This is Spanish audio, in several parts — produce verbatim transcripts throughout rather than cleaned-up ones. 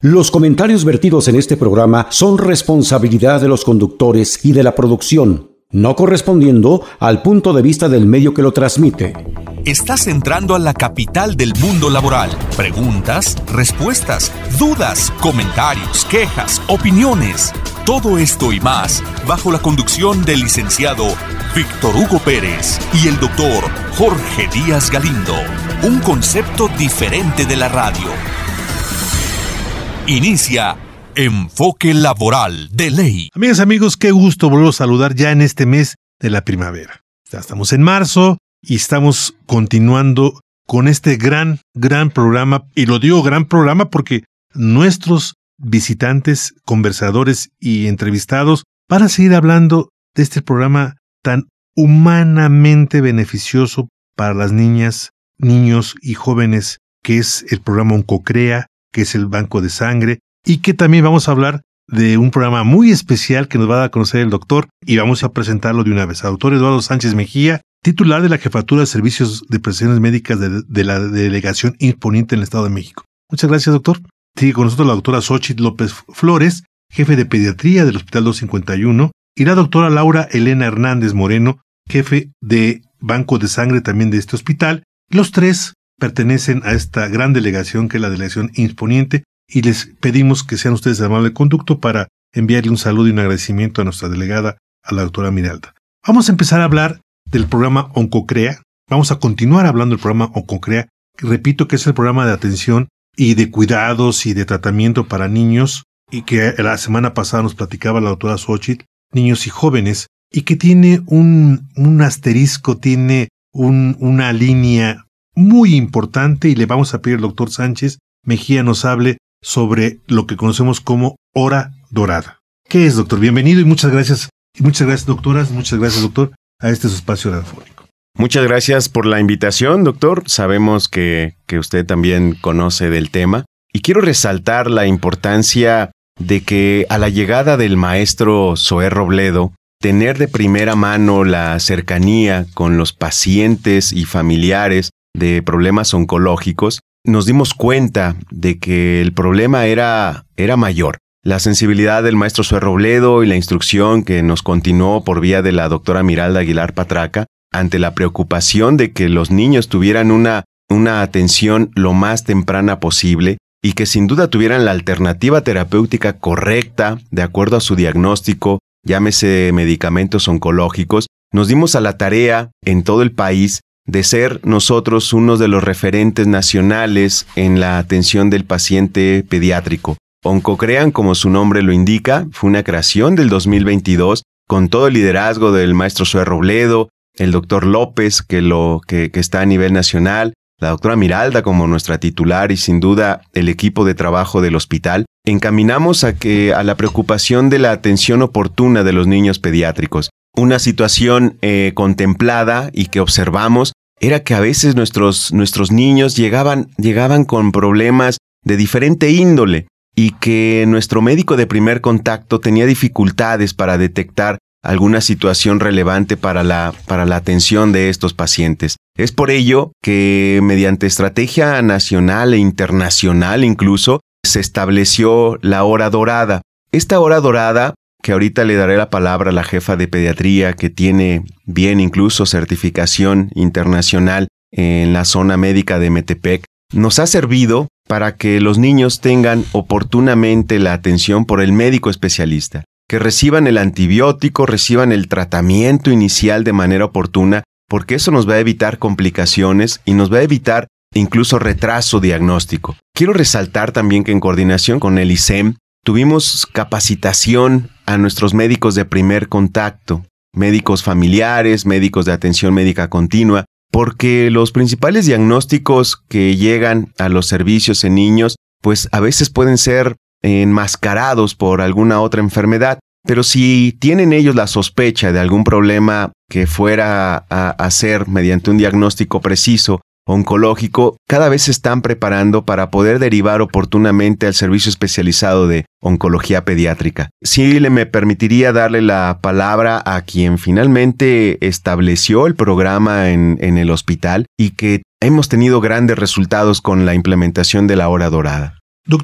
Los comentarios vertidos en este programa son responsabilidad de los conductores y de la producción, no correspondiendo al punto de vista del medio que lo transmite. Estás entrando a la capital del mundo laboral. Preguntas, respuestas, dudas, comentarios, quejas, opiniones. Todo esto y más bajo la conducción del licenciado Víctor Hugo Pérez y el doctor Jorge Díaz Galindo. Un concepto diferente de la radio. Inicia Enfoque Laboral de Ley. Amigas, amigos, qué gusto volver a saludar ya en este mes de la primavera. Ya estamos en marzo y estamos continuando con este gran, gran programa. Y lo digo gran programa porque nuestros visitantes, conversadores y entrevistados van a seguir hablando de este programa tan humanamente beneficioso para las niñas, niños y jóvenes, que es el programa Oncocrea, que es el banco de sangre, y que también vamos a hablar de un programa muy especial que nos va a dar a conocer el doctor, y vamos a presentarlo de una vez. Al doctor Eduardo Sánchez Mejía, titular de la Jefatura de Servicios de Prestaciones Médicas de, de la Delegación I N S S Poniente en el Estado de México. Muchas gracias, doctor. Sigue con nosotros la doctora Xochitl López Flores, jefe de Pediatría del Hospital doscientos cincuenta y uno, y la doctora Laura Elena Hernández Moreno, jefe de Banco de Sangre también de este hospital. Los tres pertenecen a esta gran delegación que es la Delegación I N S S Poniente, y les pedimos que sean ustedes de amable conducto para enviarle un saludo y un agradecimiento a nuestra delegada, a la doctora Miralda. Vamos a empezar a hablar del programa Oncocrea. Vamos a continuar hablando del programa Oncocrea, que repito que es el programa de atención y de cuidados y de tratamiento para niños, y que la semana pasada nos platicaba la doctora Xochitl, niños y jóvenes, y que tiene un, un asterisco, tiene un, una línea muy importante, y le vamos a pedir al doctor Sánchez Mejía nos hable sobre lo que conocemos como hora dorada. ¿Qué es, doctor? Bienvenido y muchas gracias. Y muchas gracias, doctoras, muchas gracias, doctor, a este su espacio radiofónico. Muchas gracias por la invitación, doctor. Sabemos que, que usted también conoce del tema. Y quiero resaltar la importancia de que a la llegada del maestro Zoé Robledo, tener de primera mano la cercanía con los pacientes y familiares de problemas oncológicos, nos dimos cuenta de que el problema era, era mayor. La sensibilidad del maestro Zoé Robledo y la instrucción que nos continuó por vía de la doctora Miralda Aguilar Patraca, ante la preocupación de que los niños tuvieran una, una atención lo más temprana posible y que sin duda tuvieran la alternativa terapéutica correcta de acuerdo a su diagnóstico, llámese medicamentos oncológicos, nos dimos a la tarea en todo el país de ser nosotros uno de los referentes nacionales en la atención del paciente pediátrico. Oncocrean, como su nombre lo indica, fue una creación del dos mil veintidós con todo el liderazgo del maestro Zoé Robledo, el doctor López, que, lo, que, que está a nivel nacional, la doctora Miralda como nuestra titular y sin duda el equipo de trabajo del hospital. Encaminamos a, que, a la preocupación de la atención oportuna de los niños pediátricos. Una situación eh, contemplada y que observamos era que a veces nuestros, nuestros niños llegaban, llegaban con problemas de diferente índole y que nuestro médico de primer contacto tenía dificultades para detectar alguna situación relevante para la, para la atención de estos pacientes. Es por ello que mediante estrategia nacional e internacional incluso se estableció la hora dorada. Esta hora dorada, que ahorita le daré la palabra a la jefa de pediatría que tiene bien incluso certificación internacional en la zona médica de Metepec, nos ha servido para que los niños tengan oportunamente la atención por el médico especialista, que reciban el antibiótico, reciban el tratamiento inicial de manera oportuna, porque eso nos va a evitar complicaciones y nos va a evitar incluso retraso diagnóstico. Quiero resaltar también que en coordinación con el I C E M tuvimos capacitación a nuestros médicos de primer contacto, médicos familiares, médicos de atención médica continua, porque los principales diagnósticos que llegan a los servicios en niños, pues a veces pueden ser enmascarados por alguna otra enfermedad, pero si tienen ellos la sospecha de algún problema que fuera a hacer mediante un diagnóstico preciso oncológico, cada vez se están preparando para poder derivar oportunamente al servicio especializado de oncología pediátrica. Sí, le me permitiría darle la palabra a quien finalmente estableció el programa en, en el hospital y que hemos tenido grandes resultados con la implementación de la hora dorada. Doctora,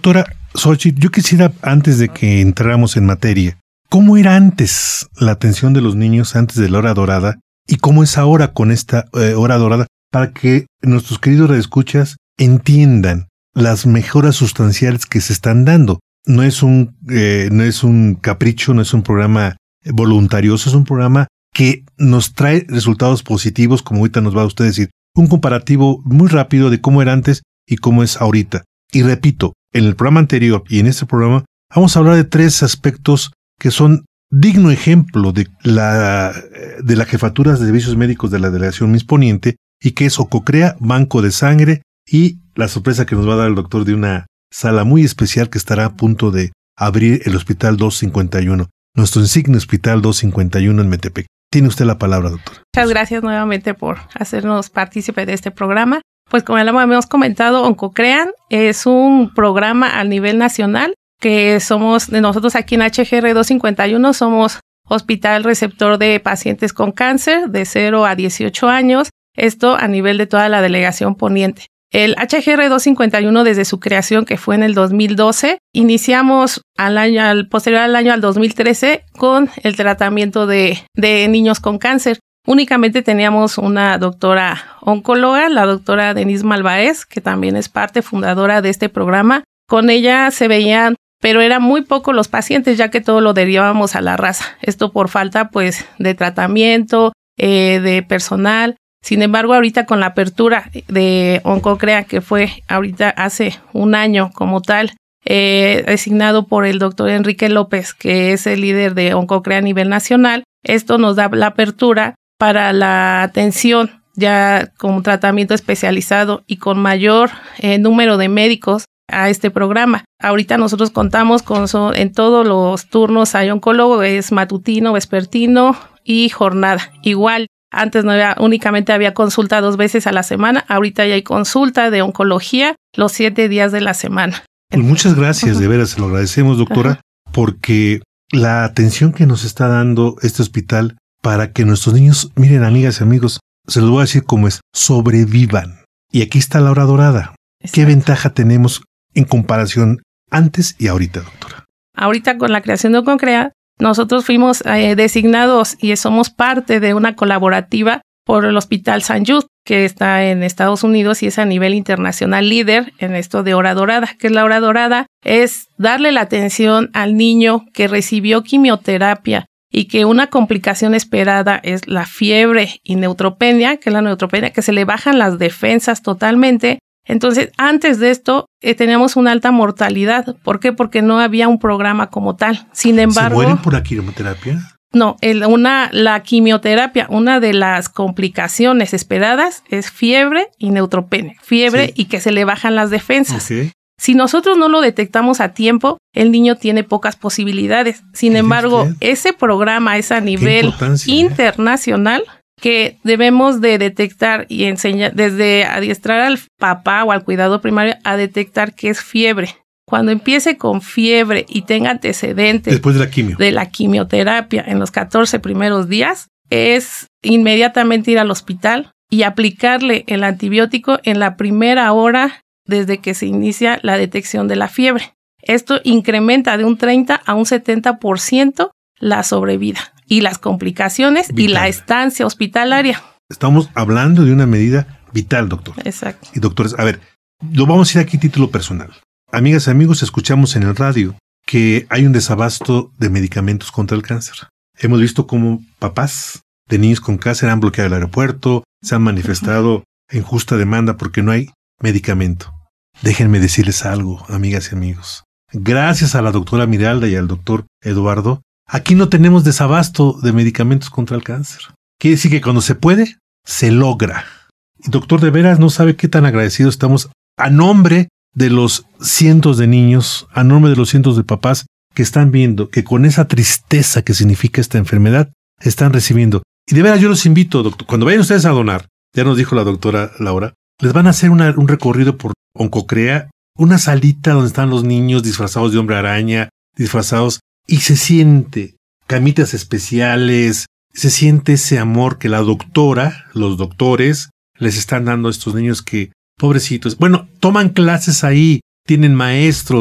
Xochitl, yo quisiera, antes de que entráramos en materia, ¿cómo era antes la atención de los niños antes de la hora dorada y cómo es ahora con esta eh, hora dorada para que nuestros queridos radioescuchas entiendan las mejoras sustanciales que se están dando? No es un, eh, no es un capricho, no es un programa voluntarioso, es un programa que nos trae resultados positivos, como ahorita nos va a usted decir. Un comparativo muy rápido de cómo era antes y cómo es ahorita. Y repito, en el programa anterior y en este programa vamos a hablar de tres aspectos que son digno ejemplo de la, de la Jefatura de Servicios Médicos de la Delegación M I S Poniente, y que es Oncocrea, Banco de Sangre, y la sorpresa que nos va a dar el doctor de una sala muy especial que estará a punto de abrir el Hospital doscientos cincuenta y uno, nuestro insigne Hospital doscientos cincuenta y uno en Metepec. Tiene usted la palabra, doctor. Muchas gracias nuevamente por hacernos partícipe de este programa. Pues como ya lo habíamos comentado, Oncocrea es un programa a nivel nacional que somos, nosotros aquí en H G R doscientos cincuenta y uno somos hospital receptor de pacientes con cáncer de cero a dieciocho años, esto a nivel de toda la delegación poniente. El H G R doscientos cincuenta y uno, desde su creación, que fue en el dos mil doce, iniciamos al año, al posterior al año al dos mil trece con el tratamiento de, de niños con cáncer. Únicamente teníamos una doctora oncóloga, la doctora Denise Malváez, que también es parte fundadora de este programa. Con ella se veían, pero eran muy pocos los pacientes, ya que todo lo derivábamos a la raza. Esto por falta, pues, de tratamiento, eh, de personal. Sin embargo, ahorita con la apertura de Oncocrea, que fue ahorita hace un año como tal, eh, designado por el doctor Enrique López, que es el líder de Oncocrea a nivel nacional, esto nos da la apertura para la atención ya con tratamiento especializado y con mayor eh, número de médicos a este programa. Ahorita nosotros contamos con so, en todos los turnos hay oncólogo, es matutino, vespertino y jornada. Igual, antes no había, únicamente había consulta dos veces a la semana, ahorita ya hay consulta de oncología los siete días de la semana. Pues muchas gracias, de veras, se lo agradecemos, doctora, porque la atención que nos está dando este hospital para que nuestros niños, miren, amigas y amigos, se los voy a decir cómo es, sobrevivan. Y aquí está la hora dorada. Exacto. ¿Qué ventaja tenemos en comparación antes y ahorita, doctora? Ahorita con la creación de Oncocrea, nosotros fuimos eh, designados y somos parte de una colaborativa por el Hospital Saint Jude, que está en Estados Unidos y es a nivel internacional líder en esto de hora dorada. ¿Qué es la hora dorada? Es darle la atención al niño que recibió quimioterapia y que una complicación esperada es la fiebre y neutropenia, que es la neutropenia, que se le bajan las defensas totalmente. Entonces, antes de esto, eh, teníamos una alta mortalidad. ¿Por qué? Porque no había un programa como tal. Sin embargo... ¿Se mueren por la quimioterapia? No, el, una, la quimioterapia, una de las complicaciones esperadas es fiebre y neutropenia. Fiebre sí. Y que se le bajan las defensas. Okay. Si nosotros no lo detectamos a tiempo, el niño tiene pocas posibilidades. Sin embargo, usted? ese programa es a nivel internacional, ¿eh? Que debemos de detectar y enseñar, desde adiestrar al papá o al cuidador primario a detectar qué es fiebre. Cuando empiece con fiebre y tenga antecedentes después de la quimio, de la quimioterapia en los catorce primeros días, es inmediatamente ir al hospital y aplicarle el antibiótico en la primera hora desde que se inicia la detección de la fiebre. Esto incrementa de un treinta a un setenta por ciento la sobrevida y las complicaciones vital. Y la estancia hospitalaria. Estamos hablando de una medida vital, doctor. Exacto. Y doctores, a ver, lo vamos a ir aquí a título personal. Amigas y amigos, escuchamos en el radio que hay un desabasto de medicamentos contra el cáncer. Hemos visto cómo papás de niños con cáncer han bloqueado el aeropuerto, se han manifestado uh-huh. en justa demanda porque no hay medicamento. Déjenme decirles algo, amigas y amigos. Gracias a la doctora Miralda y al doctor Eduardo, aquí no tenemos desabasto de medicamentos contra el cáncer. Quiere decir que cuando se puede, se logra. Y doctor, de veras no sabe qué tan agradecidos estamos a nombre de los cientos de niños, a nombre de los cientos de papás que están viendo que con esa tristeza que significa esta enfermedad, están recibiendo. Y de veras yo los invito, doctor, cuando vayan ustedes a donar, ya nos dijo la doctora Laura, les van a hacer una, un recorrido por Oncocrea, una salita donde están los niños disfrazados de hombre araña, disfrazados, y se siente camitas especiales, se siente ese amor que la doctora, los doctores, les están dando a estos niños que, pobrecitos, bueno, toman clases ahí, tienen maestros,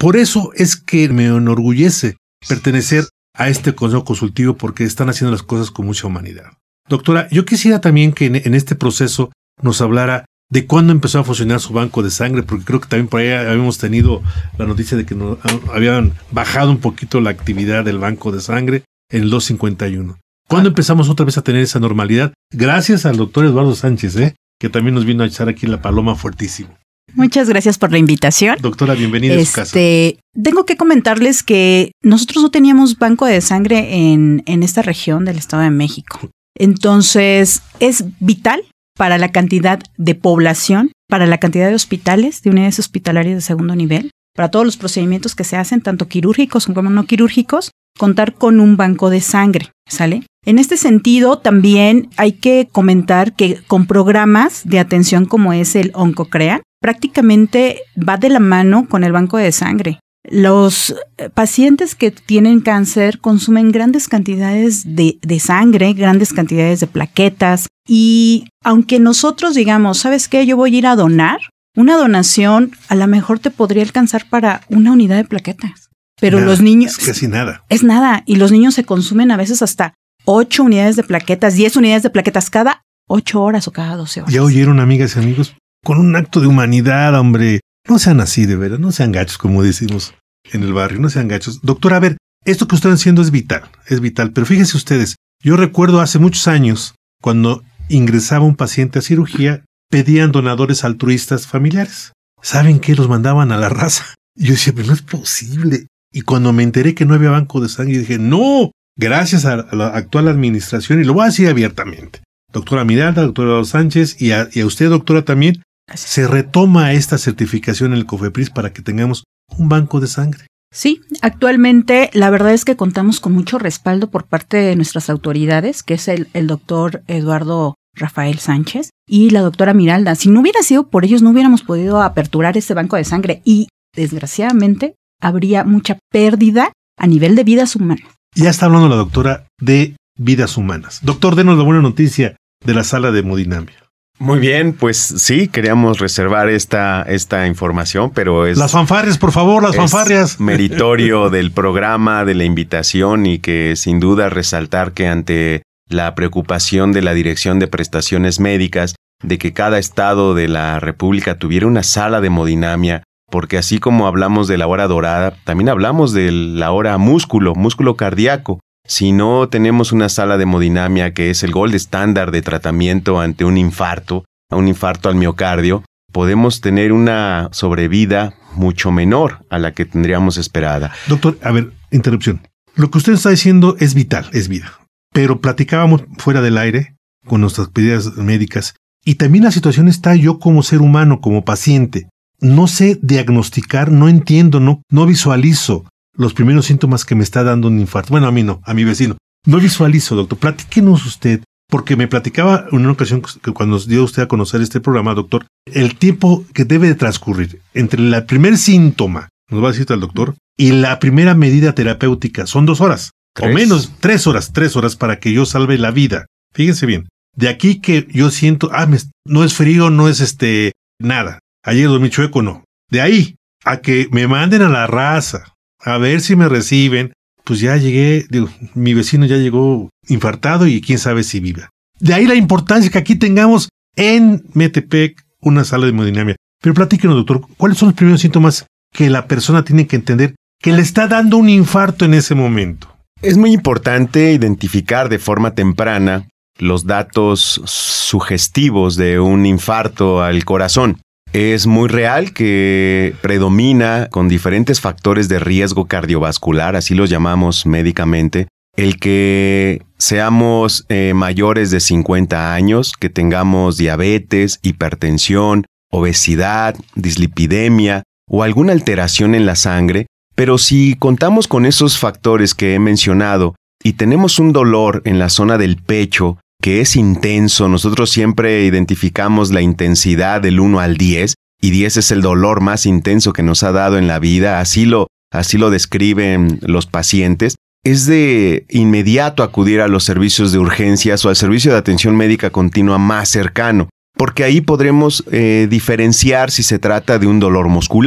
Por eso es que me enorgullece pertenecer a este consejo consultivo, porque están haciendo las cosas con mucha humanidad. Doctora, yo quisiera también que en, en este proceso nos hablara de cuándo empezó a funcionar su banco de sangre, porque creo que también por ahí habíamos tenido la noticia de que no, habían bajado un poquito la actividad del banco de sangre en el dos cincuenta y uno. ¿Cuándo empezamos otra vez a tener esa normalidad? Gracias al doctor Eduardo Sánchez, ¿eh? que también nos vino a echar aquí la paloma fuertísimo. Muchas gracias por la invitación. Doctora, bienvenida este, a su casa. Tengo que comentarles que nosotros no teníamos banco de sangre en, en esta región del Estado de México. Entonces, es vital para la cantidad de población, para la cantidad de hospitales, de unidades hospitalarias de segundo nivel, para todos los procedimientos que se hacen, tanto quirúrgicos como no quirúrgicos, contar con un banco de sangre, ¿sale? En este sentido, también hay que comentar que con programas de atención como es el OncoCrea, prácticamente va de la mano con el banco de sangre. Los pacientes que tienen cáncer consumen grandes cantidades de, de sangre, grandes cantidades de plaquetas, y aunque nosotros digamos, ¿sabes qué? Yo voy a ir a donar, una donación a lo mejor te podría alcanzar para una unidad de plaquetas. Pero nada, los niños... Es casi nada. Es nada, y los niños se consumen a veces hasta ocho unidades de plaquetas, diez unidades de plaquetas cada ocho horas o cada doce horas. Ya oyeron, amigas y amigos, con un acto de humanidad, hombre. No sean así, de veras, no sean gachos, como decimos en el barrio, no sean gachos. Doctora, a ver, esto que están haciendo es vital, es vital, pero fíjense ustedes, yo recuerdo hace muchos años, cuando ingresaba un paciente a cirugía, pedían donadores altruistas familiares. ¿Saben qué? Los mandaban a la raza. Y yo decía, pero no es posible. Y cuando me enteré que no había banco de sangre, dije, no, gracias a la actual administración, y lo voy a decir abiertamente, doctora Miralda, doctora Sánchez, y a, y a usted, doctora, también, se retoma esta certificación en el COFEPRIS para que tengamos un banco de sangre. Sí, actualmente la verdad es que contamos con mucho respaldo por parte de nuestras autoridades, que es el, el doctor Eduardo Rafael Sánchez y la doctora Miralda. Si no hubiera sido por ellos, no hubiéramos podido aperturar este banco de sangre y, desgraciadamente, habría mucha pérdida a nivel de vidas humanas. Ya está hablando la doctora de vidas humanas. Doctor, denos la buena noticia de la sala de hemodinamia. Muy bien, pues sí, queríamos reservar esta, esta información, pero es... Las fanfarrias, por favor, las fanfarrias. Meritorio del programa, de la invitación, y que sin duda resaltar que ante la preocupación de la Dirección de Prestaciones Médicas de que cada estado de la República tuviera una sala de hemodinamia, porque así como hablamos de la hora dorada, también hablamos de la hora músculo, músculo cardíaco. Si no tenemos una sala de hemodinamia, que es el gold estándar de tratamiento ante un infarto, a un infarto al miocardio, podemos tener una sobrevida mucho menor a la que tendríamos esperada. Doctor, a ver, interrupción. Lo que usted está diciendo es vital, es vida. Pero platicábamos fuera del aire con nuestras pedidas médicas, y también la situación está yo como ser humano, como paciente. No sé diagnosticar, no entiendo, no, no visualizo los primeros síntomas que me está dando un infarto. Bueno, a mí no, a mi vecino. No visualizo, doctor. Platíquenos usted, porque me platicaba en una ocasión que cuando dio usted a conocer este programa, doctor, el tiempo que debe de transcurrir entre el primer síntoma, nos va a decir el doctor, y la primera medida terapéutica. Son dos horas, ¿Tres? o menos, tres horas, tres horas para que yo salve la vida. Fíjense bien. De aquí que yo siento, ah, me, no es frío, no es este, nada. Ayer dormí chueco, no. De ahí a que me manden a la raza a ver si me reciben, pues ya llegué, digo, mi vecino ya llegó infartado y quién sabe si viva. De ahí la importancia que aquí tengamos en Metepec una sala de hemodinamia. Pero platíquenos, doctor, ¿cuáles son los primeros síntomas que la persona tiene que entender que le está dando un infarto en ese momento? Es muy importante identificar de forma temprana los datos sugestivos de un infarto al corazón. Es muy real que predomina con diferentes factores de riesgo cardiovascular, así los llamamos médicamente, el que seamos eh, mayores de cincuenta años, que tengamos diabetes, hipertensión, obesidad, dislipidemia o alguna alteración en la sangre, pero si contamos con esos factores que he mencionado y tenemos un dolor en la zona del pecho, que es intenso, nosotros siempre identificamos la intensidad del uno al diez, y diez es el dolor más intenso que nos ha dado en la vida, así lo, así lo describen los pacientes, es de inmediato acudir a los servicios de urgencias o al servicio de atención médica continua más cercano, porque ahí podremos eh, diferenciar si se trata de un dolor muscular,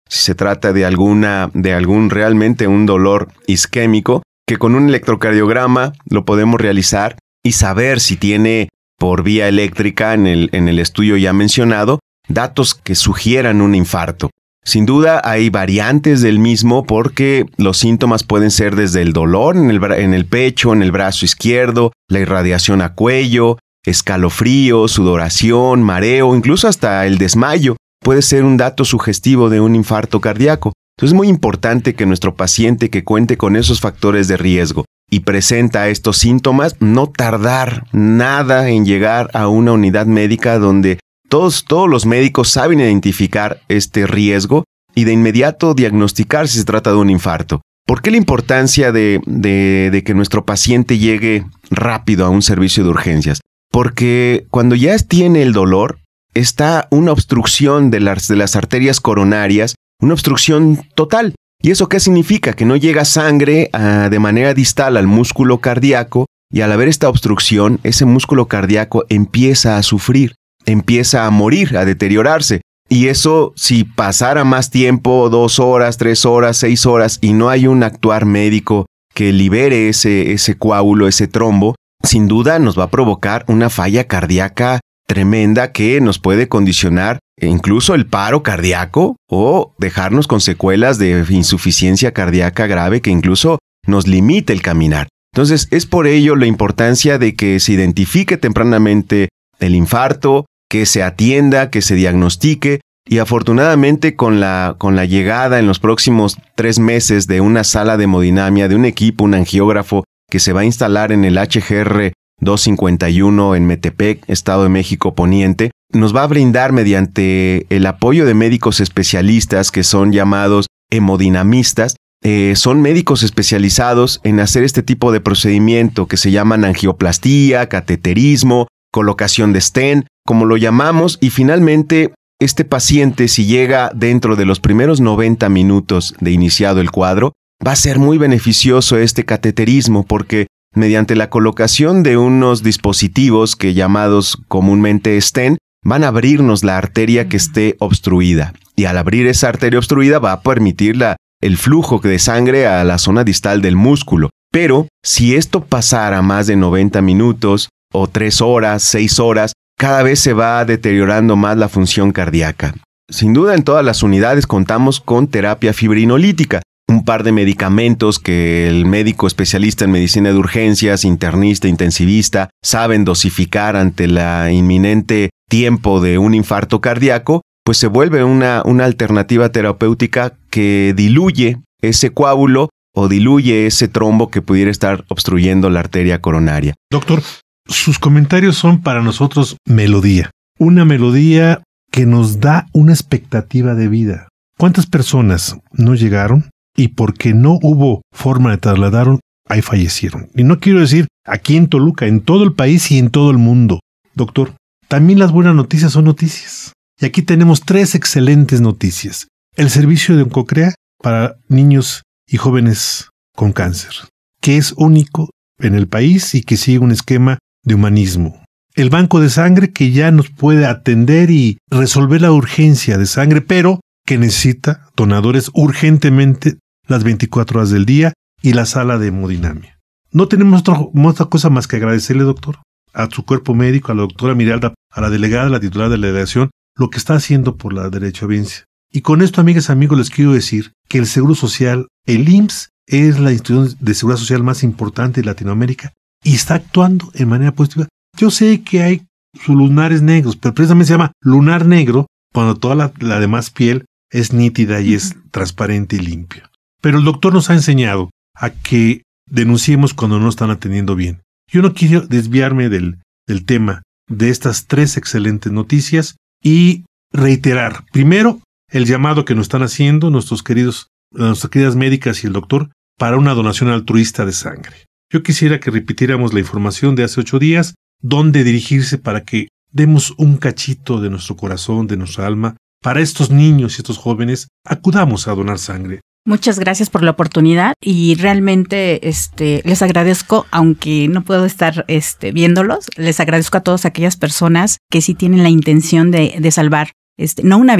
si se trata de alguna, de algún realmente un dolor isquémico, que con un electrocardiograma lo podemos realizar y saber si tiene por vía eléctrica en el, en el estudio ya mencionado, datos que sugieran un infarto. Sin duda hay variantes del mismo porque los síntomas pueden ser desde el dolor en el, en el pecho, en el brazo izquierdo, la irradiación a cuello, escalofrío, sudoración, mareo, incluso hasta el desmayo. Puede ser un dato sugestivo de un infarto cardíaco. Entonces es muy importante que nuestro paciente que cuente con esos factores de riesgo y presenta estos síntomas, no tardar nada en llegar a una unidad médica donde todos, todos los médicos saben identificar este riesgo y de inmediato diagnosticar si se trata de un infarto. ¿Por qué la importancia de, de, de que nuestro paciente llegue rápido a un servicio de urgencias? Porque cuando ya tiene el dolor, está una obstrucción de las, de las arterias coronarias, una obstrucción total. ¿Y eso qué significa? Que no llega sangre uh, de manera distal al músculo cardíaco y al haber esta obstrucción, ese músculo cardíaco empieza a sufrir, empieza a morir, a deteriorarse. Y eso, si pasara más tiempo, dos horas, tres horas, seis horas, y no hay un actuar médico que libere ese, ese coágulo, ese trombo, sin duda nos va a provocar una falla cardíaca tremenda que nos puede condicionar incluso el paro cardíaco o dejarnos con secuelas de insuficiencia cardíaca grave que incluso nos limite el caminar. Entonces, es por ello la importancia de que se identifique tempranamente el infarto, que se atienda, que se diagnostique y afortunadamente con la, con la llegada en los próximos tres meses de una sala de hemodinamia, de un equipo, un angiógrafo que se va a instalar en el H G R doscientos cincuenta y uno en Metepec, Estado de México Poniente, nos va a brindar mediante el apoyo de médicos especialistas que son llamados hemodinamistas. Eh, son médicos especializados en hacer este tipo de procedimiento que se llaman angioplastía, cateterismo, colocación de stent, como lo llamamos, y finalmente este paciente, si llega dentro de los primeros noventa minutos de iniciado el cuadro, va a ser muy beneficioso este cateterismo porque mediante la colocación de unos dispositivos que llamados comúnmente stent, van a abrirnos la arteria que esté obstruida. Y al abrir esa arteria obstruida va a permitir la, el flujo de sangre a la zona distal del músculo. Pero si esto pasara más de noventa minutos o tres horas, seis horas, cada vez se va deteriorando más la función cardíaca. Sin duda en todas las unidades contamos con terapia fibrinolítica. Un par de medicamentos que el médico especialista en medicina de urgencias, internista, intensivista, saben dosificar ante el inminente tiempo de un infarto cardíaco, pues se vuelve una, una alternativa terapéutica que diluye ese coágulo o diluye ese trombo que pudiera estar obstruyendo la arteria coronaria. Doctor, sus comentarios son para nosotros melodía. Una melodía que nos da una expectativa de vida. ¿Cuántas personas no llegaron? Y porque no hubo forma de trasladaron, ahí fallecieron. Y no quiero decir aquí en Toluca, en todo el país y en todo el mundo. Doctor, también las buenas noticias son noticias. Y aquí tenemos tres excelentes noticias. El servicio de Oncocrea para niños y jóvenes con cáncer, que es único en el país y que sigue un esquema de humanismo. El banco de sangre que ya nos puede atender y resolver la urgencia de sangre, pero que necesita donadores urgentemente las veinticuatro horas del día y la sala de hemodinamia. No tenemos otra, otra cosa más que agradecerle, doctor, a su cuerpo médico, a la doctora Miralda, a la delegada, a la titular de la delegación, lo que está haciendo por la derechohabiencia. Y con esto, amigas y amigos, les quiero decir que el Seguro Social, el I M S S, es la institución de seguridad social más importante de Latinoamérica y está actuando en manera positiva. Yo sé que hay sus lunares negros, pero precisamente se llama lunar negro cuando toda la, la demás piel es nítida y es transparente y limpia. Pero el doctor nos ha enseñado a que denunciemos cuando no están atendiendo bien. Yo no quiero desviarme del, del tema de estas tres excelentes noticias y reiterar, primero, el llamado que nos están haciendo nuestros queridos, nuestras queridas médicas y el doctor para una donación altruista de sangre. Yo quisiera que repitiéramos la información de hace ocho días, dónde dirigirse para que demos un cachito de nuestro corazón, de nuestra alma, para estos niños y estos jóvenes, acudamos a donar sangre. Muchas gracias por la oportunidad y realmente este, les agradezco, aunque no puedo estar este, viéndolos, les agradezco a todas aquellas personas que sí tienen la intención de, de salvar, este, no una vida,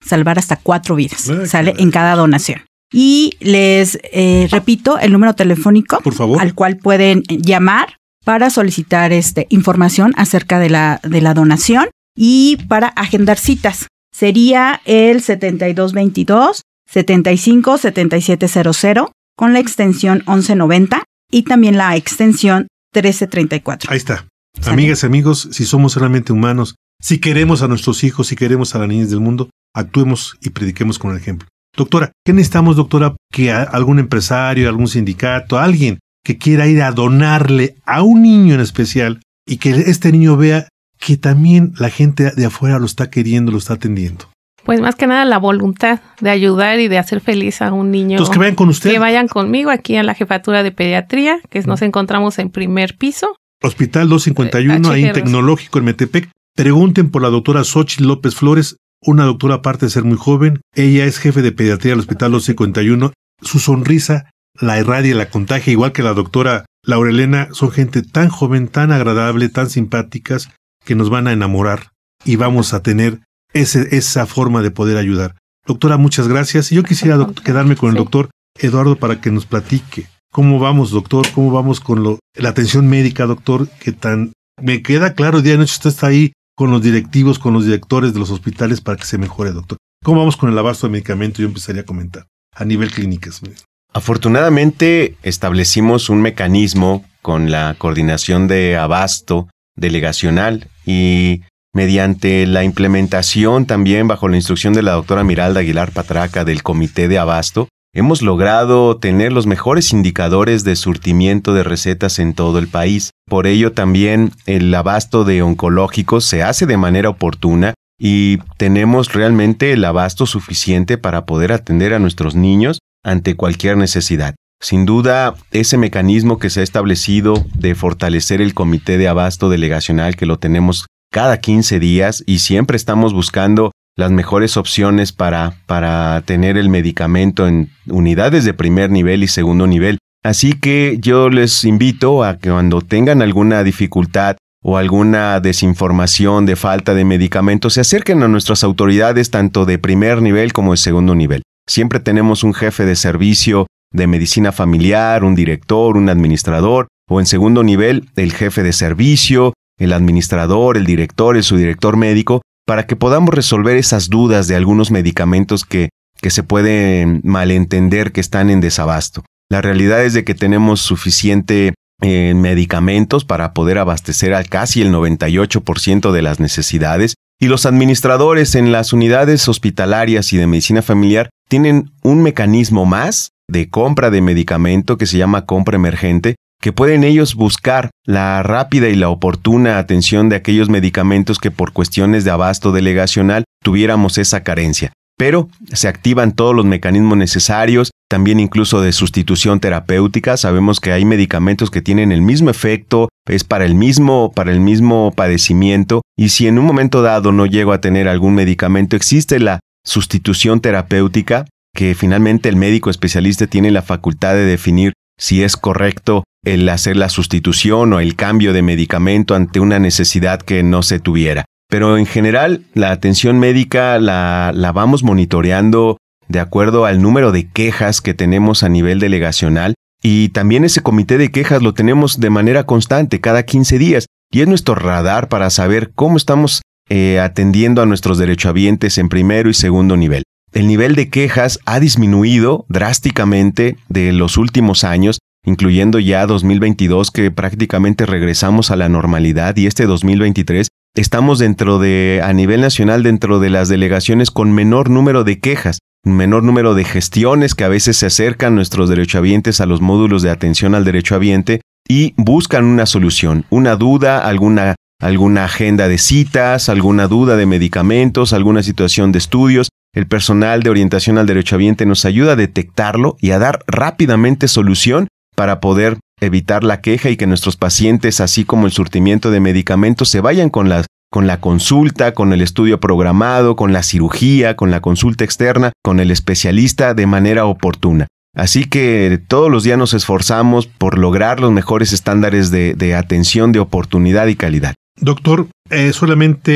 salvar hasta cuatro vidas, Ay, ¿sale? caray. En cada donación. Y les eh, repito el número telefónico Por favor. al cual pueden llamar para solicitar este, información acerca de la, de la donación y para agendar citas. Sería el setenta y dos veintidós, setenta y cinco, setenta y siete cero cero con la extensión once noventa y también la extensión trece treinta y cuatro. Ahí está. ¿Sale? Amigas y amigos, si somos realmente humanos, si queremos a nuestros hijos, si queremos a las niñas del mundo, actuemos y prediquemos con el ejemplo. Doctora, ¿qué necesitamos, doctora? Que a algún empresario, algún sindicato, alguien que quiera ir a donarle a un niño en especial y que este niño vea que también la gente de afuera lo está queriendo, lo está atendiendo. Pues más que nada la voluntad de ayudar y de hacer feliz a un niño. Entonces, que vayan con usted. Que vayan conmigo aquí en la Jefatura de Pediatría, que nos encontramos en primer piso. Hospital doscientos cincuenta y uno, ahí en Tecnológico, en Metepec. Pregunten por la doctora Xochitl López Flores, una doctora aparte de ser muy joven. Ella es jefe de pediatría del Hospital doscientos cincuenta y uno. Su sonrisa la irradia, la contagia, igual que la doctora Laurelena. Son gente tan joven, tan agradable, tan simpáticas, que nos van a enamorar y vamos a tener ese, esa forma de poder ayudar. Doctora, muchas gracias. Y yo quisiera doc- quedarme con el Sí. doctor Eduardo para que nos platique. ¿Cómo vamos, doctor? ¿Cómo vamos con lo, la atención médica, doctor? Que tan me queda claro, día y noche usted está ahí con los directivos, con los directores de los hospitales para que se mejore, doctor. ¿Cómo vamos con el abasto de medicamentos? Yo empezaría a comentar a nivel clínicas. Afortunadamente establecimos un mecanismo con la coordinación de abasto delegacional y mediante la implementación también bajo la instrucción de la doctora Miralda Aguilar Patraca del Comité de Abasto, hemos logrado tener los mejores indicadores de surtimiento de recetas en todo el país. Por ello también el abasto de oncológicos se hace de manera oportuna y tenemos realmente el abasto suficiente para poder atender a nuestros niños ante cualquier necesidad. Sin duda, ese mecanismo que se ha establecido de fortalecer el comité de abasto delegacional, que lo tenemos cada quince días y siempre estamos buscando las mejores opciones para, para tener el medicamento en unidades de primer nivel y segundo nivel. Así que yo les invito a que cuando tengan alguna dificultad o alguna desinformación de falta de medicamentos, se acerquen a nuestras autoridades tanto de primer nivel como de segundo nivel. Siempre tenemos un jefe de servicio de medicina familiar, un director, un administrador, o en segundo nivel, el jefe de servicio, el administrador, el director, el subdirector médico, para que podamos resolver esas dudas de algunos medicamentos que, que se pueden malentender que están en desabasto. La realidad es de que tenemos suficiente eh, medicamentos para poder abastecer al casi el noventa y ocho por ciento de las necesidades, y los administradores en las unidades hospitalarias y de medicina familiar tienen un mecanismo más de compra de medicamento que se llama compra emergente, que pueden ellos buscar la rápida y la oportuna atención de aquellos medicamentos que por cuestiones de abasto delegacional tuviéramos esa carencia. Pero se activan todos los mecanismos necesarios, también incluso de sustitución terapéutica. Sabemos que hay medicamentos que tienen el mismo efecto, es para el mismo, para el mismo padecimiento, y si en un momento dado no llego a tener algún medicamento, existe la sustitución terapéutica, que finalmente el médico especialista tiene la facultad de definir si es correcto el hacer la sustitución o el cambio de medicamento ante una necesidad que no se tuviera. Pero en general, la atención médica la, la vamos monitoreando de acuerdo al número de quejas que tenemos a nivel delegacional, y también ese comité de quejas lo tenemos de manera constante cada quince días, y es nuestro radar para saber cómo estamos eh, atendiendo a nuestros derechohabientes en primero y segundo nivel. El nivel de quejas ha disminuido drásticamente de los últimos años, incluyendo ya dos mil veintidós, que prácticamente regresamos a la normalidad, y este dos mil veintitrés estamos dentro de, a nivel nacional, dentro de las delegaciones con menor número de quejas, menor número de gestiones que a veces se acercan nuestros derechohabientes a los módulos de atención al derechohabiente y buscan una solución, una duda, alguna, alguna agenda de citas, alguna duda de medicamentos, alguna situación de estudios. El personal de orientación al derechohabiente nos ayuda a detectarlo y a dar rápidamente solución para poder evitar la queja y que nuestros pacientes, así como el surtimiento de medicamentos, se vayan con la, con la consulta, con el estudio programado, con la cirugía, con la consulta externa, con el especialista de manera oportuna. Así que todos los días nos esforzamos por lograr los mejores estándares de, de atención, de oportunidad y calidad. Doctor, eh, solamente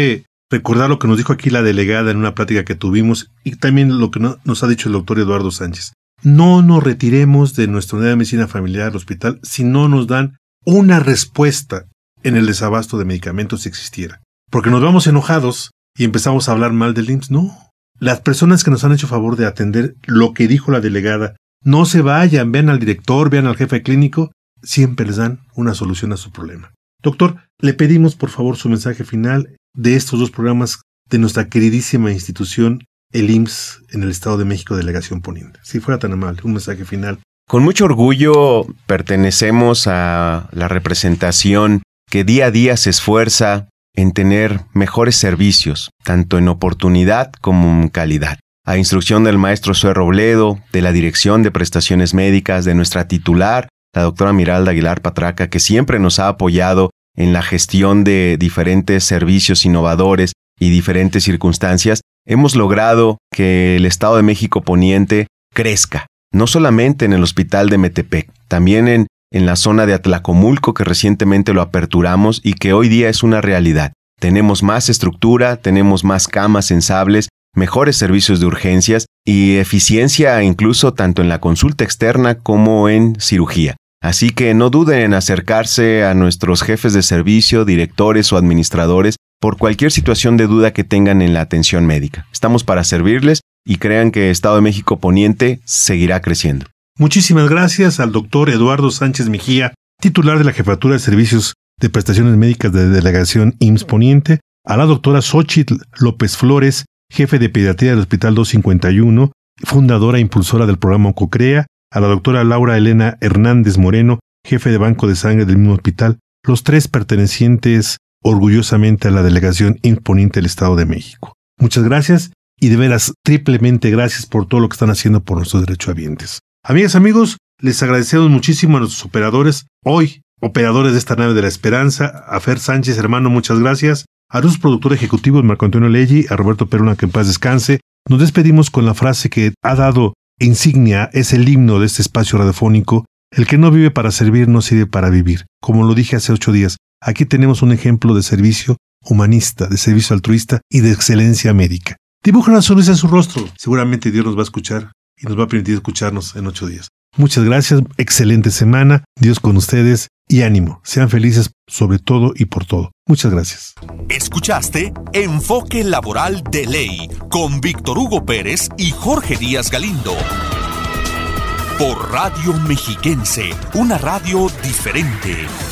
recordar lo que nos dijo aquí la delegada en una plática que tuvimos y también lo que no, nos ha dicho el doctor Eduardo Sánchez. No nos retiremos de nuestra unidad de medicina familiar al hospital si no nos dan una respuesta en el desabasto de medicamentos si existiera. Porque nos vamos enojados y empezamos a hablar mal del I M S S. No. Las personas que nos han hecho favor de atender lo que dijo la delegada, no se vayan, vean al director, vean al jefe clínico, siempre les dan una solución a su problema. Doctor, le pedimos por favor su mensaje final de estos dos programas de nuestra queridísima institución, el I M S S en el Estado de México, Delegación Poniente. Si fuera tan amable, un mensaje final. Con mucho orgullo pertenecemos a la representación que día a día se esfuerza en tener mejores servicios, tanto en oportunidad como en calidad. A instrucción del maestro Zoe Robledo, de la Dirección de Prestaciones Médicas, de nuestra titular, la doctora Miralda Aguilar Patraca, que siempre nos ha apoyado en la gestión de diferentes servicios innovadores y diferentes circunstancias, hemos logrado que el Estado de México Poniente crezca, no solamente en el Hospital de Metepec, también en, en la zona de Atlacomulco, que recientemente lo aperturamos y que hoy día es una realidad. Tenemos más estructura, tenemos más camas sensables, mejores servicios de urgencias y eficiencia incluso tanto en la consulta externa como en cirugía. Así que no duden en acercarse a nuestros jefes de servicio, directores o administradores por cualquier situación de duda que tengan en la atención médica. Estamos para servirles y crean que Estado de México Poniente seguirá creciendo. Muchísimas gracias al doctor Eduardo Sánchez Mejía, titular de la Jefatura de Servicios de Prestaciones Médicas de Delegación I M S S Poniente, a la doctora Xochitl López Flores, jefe de pediatría del Hospital doscientos cincuenta y uno, fundadora e impulsora del programa Oncocrea, a la doctora Laura Elena Hernández Moreno, jefe de Banco de Sangre del mismo hospital, los tres pertenecientes orgullosamente a la Delegación I M S S Poniente del Estado de México. Muchas gracias y de veras triplemente gracias por todo lo que están haciendo por nuestros derechohabientes. Amigas, amigos, les agradecemos muchísimo a nuestros operadores, hoy operadores de esta nave de la esperanza, a Fer Sánchez, hermano, muchas gracias, a los productores ejecutivos Marco Antonio Leggi, a Roberto Peruna, que en paz descanse. Nos despedimos con la frase que ha dado insignia, es el himno de este espacio radiofónico: el que no vive para servir no sirve para vivir. Como lo dije hace ocho días, aquí tenemos un ejemplo de servicio humanista, de servicio altruista y de excelencia médica. Dibuja una sonrisa en su rostro. Seguramente Dios nos va a escuchar y nos va a permitir escucharnos en ocho días. Muchas gracias, excelente semana, Dios con ustedes y ánimo. Sean felices sobre todo y por todo. Muchas gracias. Escuchaste Enfoque Laboral de Ley con Víctor Hugo Pérez y Jorge Díaz Galindo. Por Radio Mexiquense, una radio diferente.